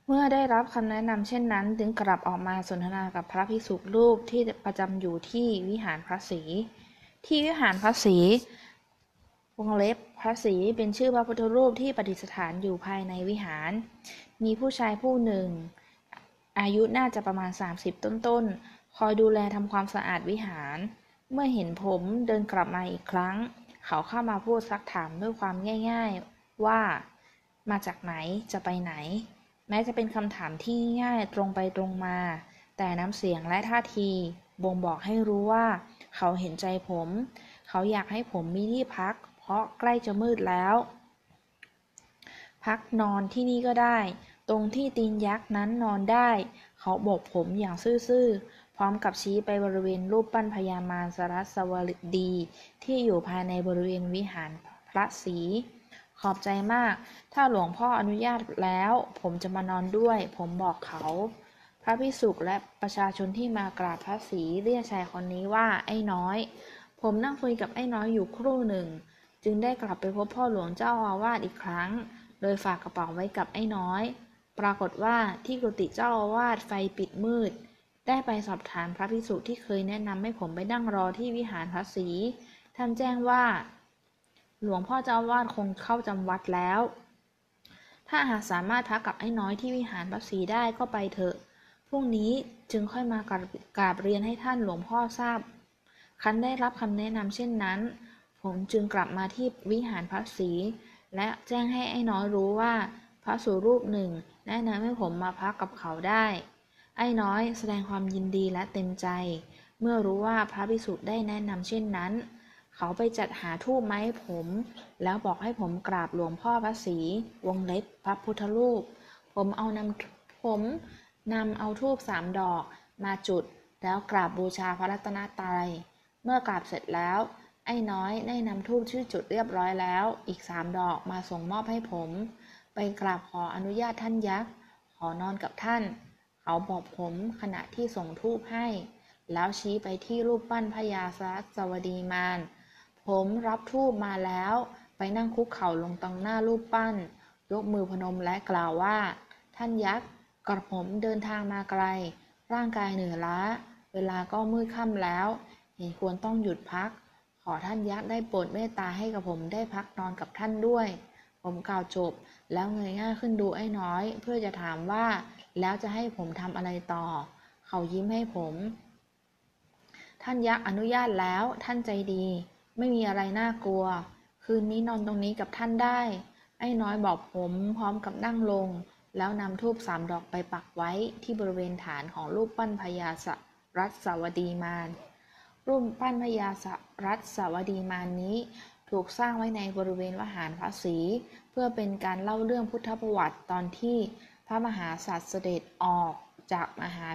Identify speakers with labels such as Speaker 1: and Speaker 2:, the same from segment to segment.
Speaker 1: เมื่อได้รับคำแนะนำเช่นนั้นจึงกลับออกมาสนทนากับพระภิกษุรูปที่ประจำอยู่ที่วิหารพระศรีที่วิหารพระศรีวงเล็บพระศรีเป็นชื่อพระพุทธรูปที่ประดิษฐานอยู่ภายในวิหารมีผู้ชายผู้หนึ่งอายุน่าจะประมาณ30ต้นๆคอยดูแลทำความสะอาดวิหารเมื่อเห็นผมเดินกลับมาอีกครั้งเขาเข้ามาพูดซักถามด้วยความง่ายๆว่ามาจากไหนจะไปไหนแม้จะเป็นคำถามที่ง่ายตรงไปตรงมาแต่น้ำเสียงและท่าทีบ่งบอกให้รู้ว่าเขาเห็นใจผมเขาอยากให้ผมมีที่พักเพราะใกล้จะมืดแล้วพักนอนที่นี่ก็ได้ตรงที่ตีนยักษ์นั้นนอนได้เขาบอกผมอย่างซื่อๆพร้อมกับชี้ไปบริเวณรูปปั้นพญามารสรัสวดีที่อยู่ภายในบริเวณวิหารพระศรีขอบใจมากถ้าหลวงพ่ออนุญาตแล้วผมจะมานอนด้วยผมบอกเขาพระภิกษุและประชาชนที่มากราบพระศรีเรียกชายคนนี้ว่าไอ้น้อยผมนั่งคุยกับไอ้น้อยอยู่ครู่หนึ่งจึงได้กลับไปพบพ่อหลวงเจ้าอาวาสอีกครั้งโดยฝากกระเป๋าไว้กับไอ้น้อยปรากฏว่าที่กุฏิเจ้าอาวาสไฟปิดมืดได้ไปสอบถามพระภิกษุที่เคยแนะนำให้ผมไปนั่งรอที่วิหารพระศรีท่านแจ้งว่าหลวงพ่อเจ้าอาวาสคงเข้าจำวัดแล้วถ้าหากสามารถพักกับไอ้น้อยที่วิหารพระศรีได้ก็ไปเถอะพรุ่งนี้จึงค่อยมากราบเรียนให้ท่านหลวงพ่อทราบคันได้รับคำแนะนำเช่นนั้นผมจึงกลับมาที่วิหารพระศรีและแจ้งให้ไอ้น้อยรู้ว่าพระสูรูปหนึ่งแนะนำให้ผมมาพักกับเขาได้ไอ้น้อยแสดงความยินดีและเต็มใจเมื่อรู้ว่าพระภิกษุได้แนะนำเช่นนั้นเขาไปจัดหาธูปมาให้ผมแล้วบอกให้ผมกราบหลวงพ่อพระศรีวงเล็บพระพุทธรูปผมนำเอาธูป3 ดอกมาจุดแล้วกราบบูชาพระรัตนตรัยเมื่อกราบเสร็จแล้วไอ้น้อยได้นำธูปที่จุดเรียบร้อยแล้วอีก3 ดอกมาส่งมอบให้ผมไปกราบขออนุญาตท่านยักษ์ขอนอนกับท่านเขาบอกผมขณะที่ส่งธูปให้แล้วชี้ไปที่รูปปั้นพญาสรัสวดีมารผมรับธูปมาแล้วไปนั่งคุกเข่าลงตรงหน้ารูปปั้นยกมือพนมและกล่าวว่าท่านยักษ์กระผมเดินทางมาไกลร่างกายเหนื่อยล้าเวลาก็มืดค่ำแล้วเห็นควรต้องหยุดพักขอท่านยักษ์ได้โปรดเมตตาให้กับผมได้พักนอนกับท่านด้วยผมกล่าวจบแล้วเงยหน้าขึ้นดูไอ้น้อยเพื่อจะถามว่าแล้วจะให้ผมทำอะไรต่อเขายิ้มให้ผมท่านยักษ์อนุญาตแล้วท่านใจดีไม่มีอะไรน่ากลัวคืนนี้นอนตรงนี้กับท่านได้ไอ้น้อยบอกผมพร้อมกับนั่งลงแล้วนำธูป3 ดอกไปปักไว้ที่บริเวณฐานของรูปปั้นพญาสรัสวดีมารรูปปั้นพญาสรัสวดีมารนี้ถูกสร้างไว้ในบริเวณวิหารพระศรีเพื่อเป็นการเล่าเรื่องพุทธประวัติตอนที่พระมหากษัตริย์เสด็จออกจากมหา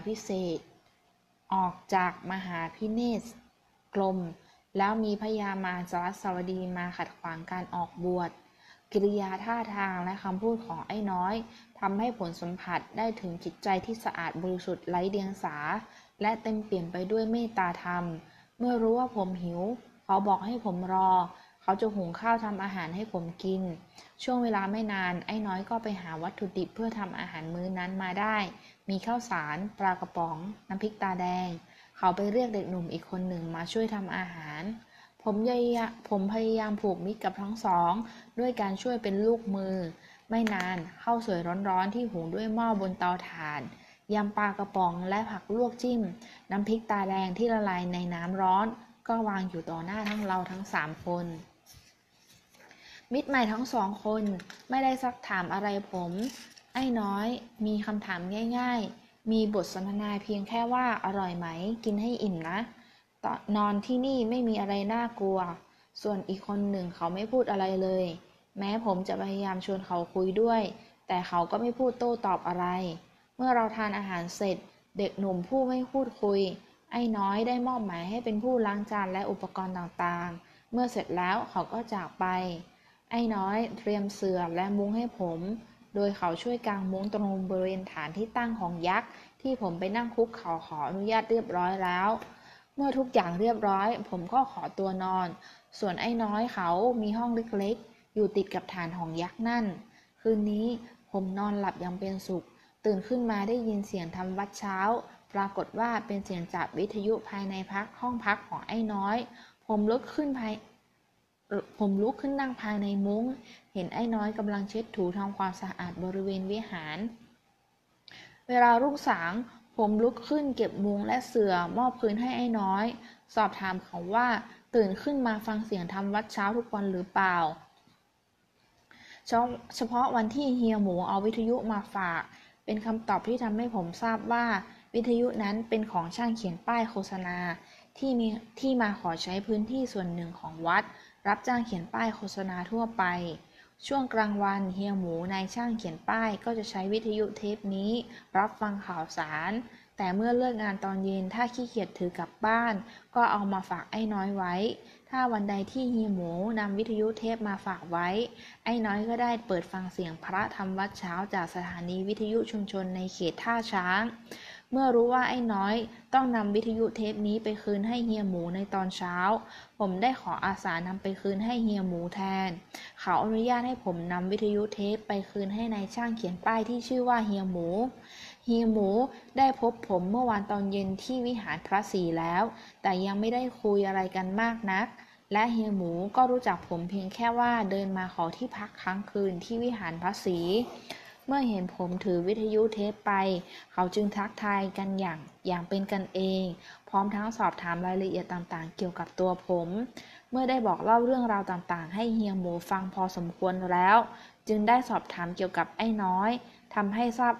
Speaker 1: พิเนศกรมแล้วมีพญามารสรัสวดีมาขัดขวางการออกบวชกิริยาท่าทางและคำพูดของไอ้น้อยทำให้ผลสัมผัสได้ถึงจิตใจที่สะอาดบริสุทธิ์ไร้เดียงสาและเต็มเปี่ยมไปด้วยเมตตาธรรมเมื่อรู้ว่าผมหิวเขาบอกให้ผมรอเขาจะหุงข้าวทำอาหารให้ผมกินช่วงเวลาไม่นานไอ้น้อยก็ไปหาวัตถุดิบเพื่อทำอาหารมื้อนั้นมาได้มีข้าวสารปลากระป๋องน้ำพริกตาแดงเขาไปเรียกเด็กหนุ่มอีกคนหนึ่งมาช่วยทำอาหารผมพยายามผูกมิตรกับทั้งสองด้วยการช่วยเป็นลูกมือไม่นานข้าวสวยร้อนๆที่หุงด้วยหม้อบนเตาถ่านยำปลากระป๋องและผักลวกจิ้มน้ำพริกตาแดงที่ละลายในน้ำร้อนก็วางอยู่ต่อหน้าทั้ง3 คนมิตรใหม่ทั้ง2 คนไม่ได้ซักถามอะไรผมไอ้น้อยมีคำถามง่ายๆมีบทสนทนาเพียงแค่ว่าอร่อยไหมกินให้อิ่มนะนอนที่นี่ไม่มีอะไรน่ากลัวส่วนอีกคนหนึ่งเขาไม่พูดอะไรเลยแม้ผมจะพยายามชวนเขาคุยด้วยแต่เขาก็ไม่พูดโต้ตอบอะไรเมื่อเราทานอาหารเสร็จเด็กหนุ่มผู้ไม่พูดคุยไอ้น้อยได้มอบหมายให้เป็นผู้ล้างจานและอุปกรณ์ต่างๆเมื่อเสร็จแล้วเขาก็จากไปไอ้น้อยเตรียมเสื่อและมุ้งให้ผมโดยเขาช่วยกางมุ้งตรงบริเวณฐานที่ตั้งของยักษ์ที่ผมไปนั่งคุกเข่าขออนุญาตเรียบร้อยแล้วเมื่อทุกอย่างเรียบร้อยผมก็ขอตัวนอนส่วนไอ้น้อยเขามีห้องเล็กๆอยู่ติดกับฐานของยักษ์นั่นคืนนี้ผมนอนหลับอย่างเป็นสุขตื่นขึ้นมาได้ยินเสียงทำวัดเช้าปรากฏว่าเป็นเสียงจากวิทยุภายในห้องพักของไอ้น้อยผมลุกขึ้นนั่งภายในมุ้งเห็นไอ้น้อยกำลังเช็ดถูทำความสะอาดบริเวณวิหารเวลารุ่งสางผมลุกขึ้นเก็บมุ้งและเสื่อมอบคืนให้ไอ้น้อยสอบถามเขาว่าตื่นขึ้นมาฟังเสียงทำวัดเช้าทุกวันหรือเปล่าเฉพาะวันที่เฮียหมูเอาวิทยุมาฝากเป็นคำตอบที่ทำให้ผมทราบว่าวิทยุนั้นเป็นของช่างเขียนป้ายโฆษณาที่มาขอใช้พื้นที่ส่วนหนึ่งของวัดรับจ้างเขียนป้ายโฆษณาทั่วไปช่วงกลางวันเฮียหมูนายช่างเขียนป้ายก็จะใช้วิทยุเทปนี้รับฟังข่าวสารแต่เมื่อเลิกงานตอนเย็นถ้าขี้เกียจถือกลับบ้านก็เอามาฝากไอ้น้อยไว้ถ้าวันใดที่เฮียหมูนำวิทยุเทปมาฝากไว้ไอ้น้อยก็ได้เปิดฟังเสียงพระทำวัดเช้าจากสถานีวิทยุชุมชนในเขตท่าช้างเมื่อรู้ว่าไอ้น้อยต้องนำวิทยุเทปนี้ไปคืนให้เฮียหมูในตอนเช้าผมได้ขออาสานำไปคืนให้เฮียหมูแทนเขาอนุญาตให้ผมนำวิทยุเทปไปคืนให้นายช่างเขียนป้ายที่ชื่อว่าเฮียหมูได้พบผมเมื่อวานตอนเย็นที่วิหารพระศรีแล้วแต่ยังไม่ได้คุยอะไรกันมากนักและเฮียหมูก็รู้จักผมเพียงแค่ว่าเดินมาขอที่พักค้างคืนที่วิหารพระศรีเมื่อเห็นผมถือวิทยุเทปไปเขาจึงทักทายกันอย่างเป็นกันเองพร้อมทั้งสอบถามรายละเอียดต่างๆเกี่ยวกับตัวผมเมื่อได้บอกเล่าเรื่องราวต่างๆให้เฮียหมูฟังพอสมควรแล้วจึงได้สอบถามเกี่ยวกับไอ้น้อยทำให้ทราบ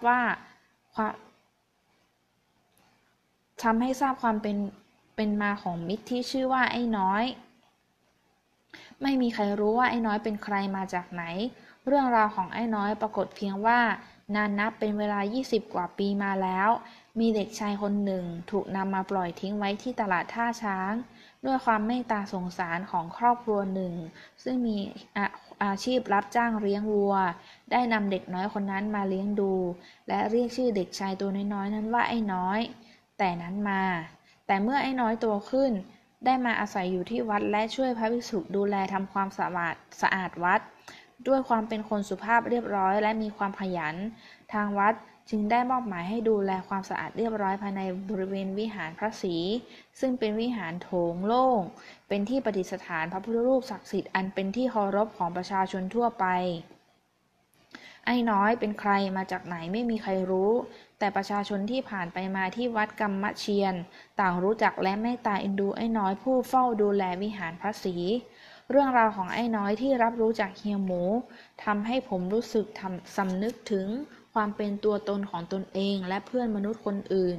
Speaker 1: ความเป็นมาของมิตรที่ชื่อว่าไอ้น้อยไม่มีใครรู้ว่าไอ้น้อยเป็นใครมาจากไหนเรื่องราวของไอ้น้อยปรากฏเพียงว่านานนับเป็นเวลา20 กว่าปีมาแล้วมีเด็กชายคนหนึ่งถูกนำมาปล่อยทิ้งไว้ที่ตลาดท่าช้างด้วยความเมตตาสงสารของครอบครัวหนึ่งซึ่งมีอาชีพรับจ้างเลี้ยงวัวได้นำเด็กน้อยคนนั้นมาเลี้ยงดูและเรียกชื่อเด็กชายตัวน้อยๆนั้นว่าไอ้น้อยแต่เมื่อไอ้น้อยโตขึ้นได้มาอาศัยอยู่ที่วัดและช่วยพระภิกษุดูแลทำความสะอาดวัดด้วยความเป็นคนสุภาพเรียบร้อยและมีความขยันทางวัดจึงได้มอบหมายให้ดูแลความสะอาดเรียบร้อยภายในบริเวณวิหารพระศรีซึ่งเป็นวิหารโถงโล่งเป็นที่ประดิษฐานพระพุทธรูปศักดิ์สิทธิ์อันเป็นที่เคารพของประชาชนทั่วไปไอ้น้อยเป็นใครมาจากไหนไม่มีใครรู้แต่ประชาชนที่ผ่านไปมาที่วัดกรรมเชียนต่างรู้จักและเมตตาเอ็นดูไอ้น้อยผู้เฝ้าดูแลวิหารพระศรีเรื่องราวของไอ้น้อยที่รับรู้จากเฮียหมูทำให้ผมรู้สึกสำนึกถึงความเป็นตัวตนของตนเองและเพื่อนมนุษย์คนอื่น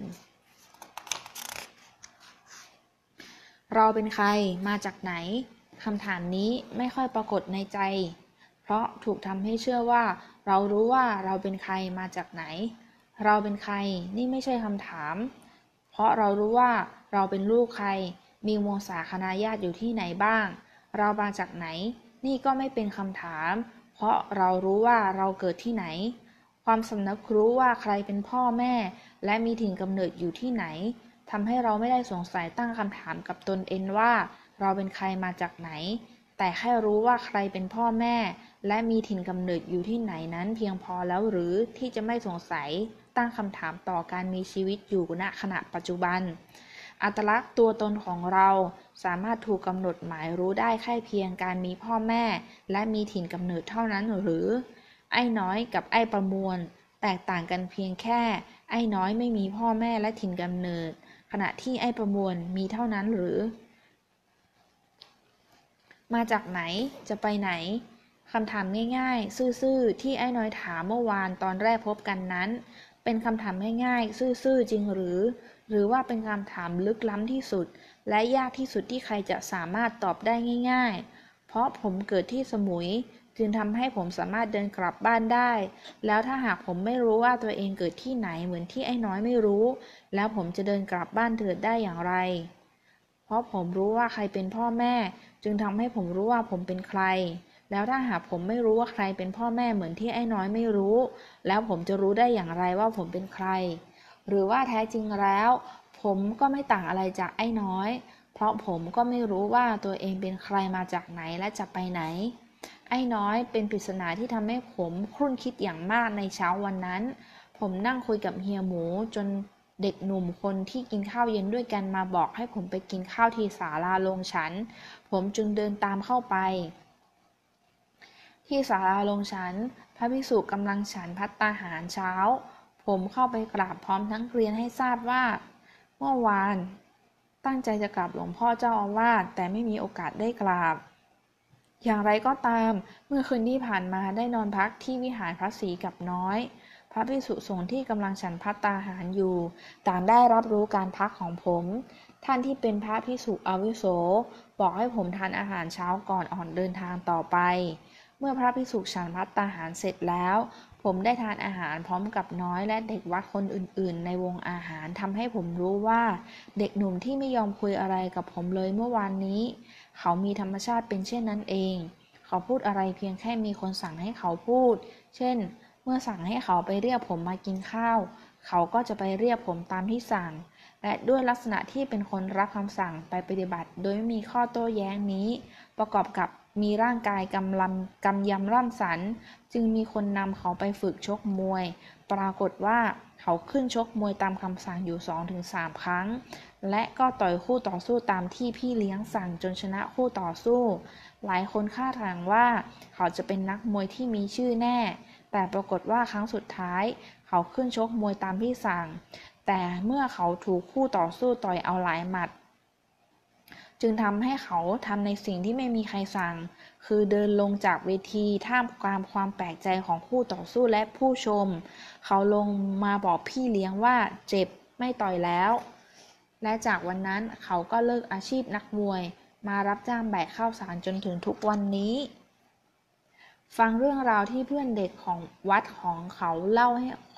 Speaker 1: เราเป็นใครมาจากไหนคำถามนี้ไม่ค่อยปรากฏในใจเพราะถูกทำให้เชื่อว่าเรารู้ว่าเราเป็นใครมาจากไหนเราเป็นใครนี่ไม่ใช่คำถามเพราะเรารู้ว่าเราเป็นลูกใครมีวงศาคณาญาติอยู่ที่ไหนบ้างเรามาจากไหนนี่ก็ไม่เป็นคำถามเพราะเรารู้ว่าเราเกิดที่ไหนความสำนึกรู้ว่าใครเป็นพ่อแม่และมีถิ่นกำเนิดอยู่ที่ไหนทำให้เราไม่ได้สงสัยตั้งคำถามกับตนเองว่าเราเป็นใครมาจากไหนแต่แค่รู้ว่าใครเป็นพ่อแม่และมีถิ่นกำเนิดอยู่ที่ไหนนั้นเพียงพอแล้วหรือที่จะไม่สงสัยตั้งคำถามต่อการมีชีวิตอยู่ณขณะปัจจุบันอัตลักษณ์ตัวตนของเราสามารถถูกกำหนดหมายรู้ได้แค่เพียงการมีพ่อแม่และมีถิ่นกำเนิดเท่านั้นหรือไอ้น้อยกับไอ้ประมวลแตกต่างกันเพียงแค่ไอ้น้อยไม่มีพ่อแม่และถิ่นกำเนิดขณะที่ไอ้ประมวลมีเท่านั้นหรือมาจากไหนจะไปไหนคำถามง่ายๆซื่อๆที่ไอ้น้อยถามเมื่อวานตอนแรกพบกันนั้นเป็นคำถามง่ายๆซื่อๆจริงหรือว่าเป็นคำถามลึกล้ำที่สุดและยากที่สุดที่ใครจะสามารถตอบได้ง่ายๆเพราะผมเกิดที่สมุยจึงทำให้ผมสามารถเดินกลับบ้านได้แล้วถ้าหากผมไม่รู้ว่าตัวเองเกิดที่ไหนเหมือนที่ไอ้น้อยไม่รู้แล้วผมจะเดินกลับบ้านเถิดได้อย่างไรเพราะผมรู้ว่าใครเป็นพ่อแม่จึงทำให้ผมรู้ว่าผมเป็นใครแล้วถ้าหากผมไม่รู้ว่าใครเป็นพ่อแม่เหมือนที่ไอ้น้อยไม่รู้แล้วผมจะรู้ได้อย่างไรว่าผมเป็นใครหรือว่าแท้จริงแล้วผมก็ไม่ต่างอะไรจากไอ้น้อยเพราะผมก็ไม่รู้ว่าตัวเองเป็นใครมาจากไหนและจะไปไหนไอ้น้อยเป็นปริศนาที่ทำให้ผมครุ่นคิดอย่างมากในเช้าวันนั้นผมนั่งคุยกับเฮียหมูจนเด็กหนุ่มคนที่กินข้าวเย็นด้วยกันมาบอกให้ผมไปกินข้าวที่ศาลาโรงฉันผมจึงเดินตามเข้าไปที่ศาลาโรงฉันพระภิกษุกำลังฉันภัตตาหารเช้าผมเข้าไปกราบพร้อมทั้งเรียนให้ทราบว่าเมื่อวานตั้งใจจะกราบหลวงพ่อเจ้าอาวาสแต่ไม่มีโอกาสได้กราบอย่างไรก็ตามเมื่อคืนที่ผ่านมาได้นอนพักที่วิหารพระศรีกับน้อยพระภิกษุสงฆ์ที่กำลังฉันภัตตาหารอยู่ต่างได้รับรู้การพักของผมท่านที่เป็นพระภิกษุอาวุโสบอกให้ผมทานอาหารเช้าก่อนออกเดินทางต่อไปเมื่อพระภิกษุฉันภัตตาหารเสร็จแล้วผมได้ทานอาหารพร้อมกับน้อยและเด็กวัดคนอื่นๆในวงอาหารทำให้ผมรู้ว่าเด็กหนุ่มที่ไม่ยอมคุยอะไรกับผมเลยเมื่อวานนี้เขามีธรรมชาติเป็นเช่นนั้นเองเขาพูดอะไรเพียงแค่มีคนสั่งให้เขาพูดเช่นเมื่อสั่งให้เขาไปเรียกผมมากินข้าวเขาก็จะไปเรียกผมตามที่สั่งและด้วยลักษณะที่เป็นคนรับคำสั่งไปปฏิบัติโดยไม่มีข้อโต้แย้งนี้ประกอบกับมีร่างกายกำยำร่ำสันจึงมีคนนำเขาไปฝึกชกมวยปรากฏว่าเขาขึ้นชกมวยตามคำสั่งอยู่ 2-3 ครั้งและก็ต่อยคู่ต่อสู้ตามที่พี่เลี้ยงสั่งจนชนะคู่ต่อสู้หลายคนคาดหวังว่าเขาจะเป็นนักมวยที่มีชื่อแน่แต่ปรากฏว่าครั้งสุดท้ายเขาขึ้นชกมวยตามที่สั่งแต่เมื่อเขาถูกคู่ต่อสู้ต่อยเอาหลายหมัดจึงทำให้เขาทำในสิ่งที่ไม่มีใครสั่งคือเดินลงจากเวทีท่ามกลางความแปลกใจของคู่ต่อสู้และผู้ชมเขาลงมาบอกพี่เลี้ยงว่าเจ็บไม่ต่อยแล้วและจากวันนั้นเขาก็เลิกอาชีพนักมวยมารับจ้างแบกข้าวสารจนถึงทุกวันนี้ฟังเรื่องราวที่เพื่อนเด็กของวัดของเขาเล่าให้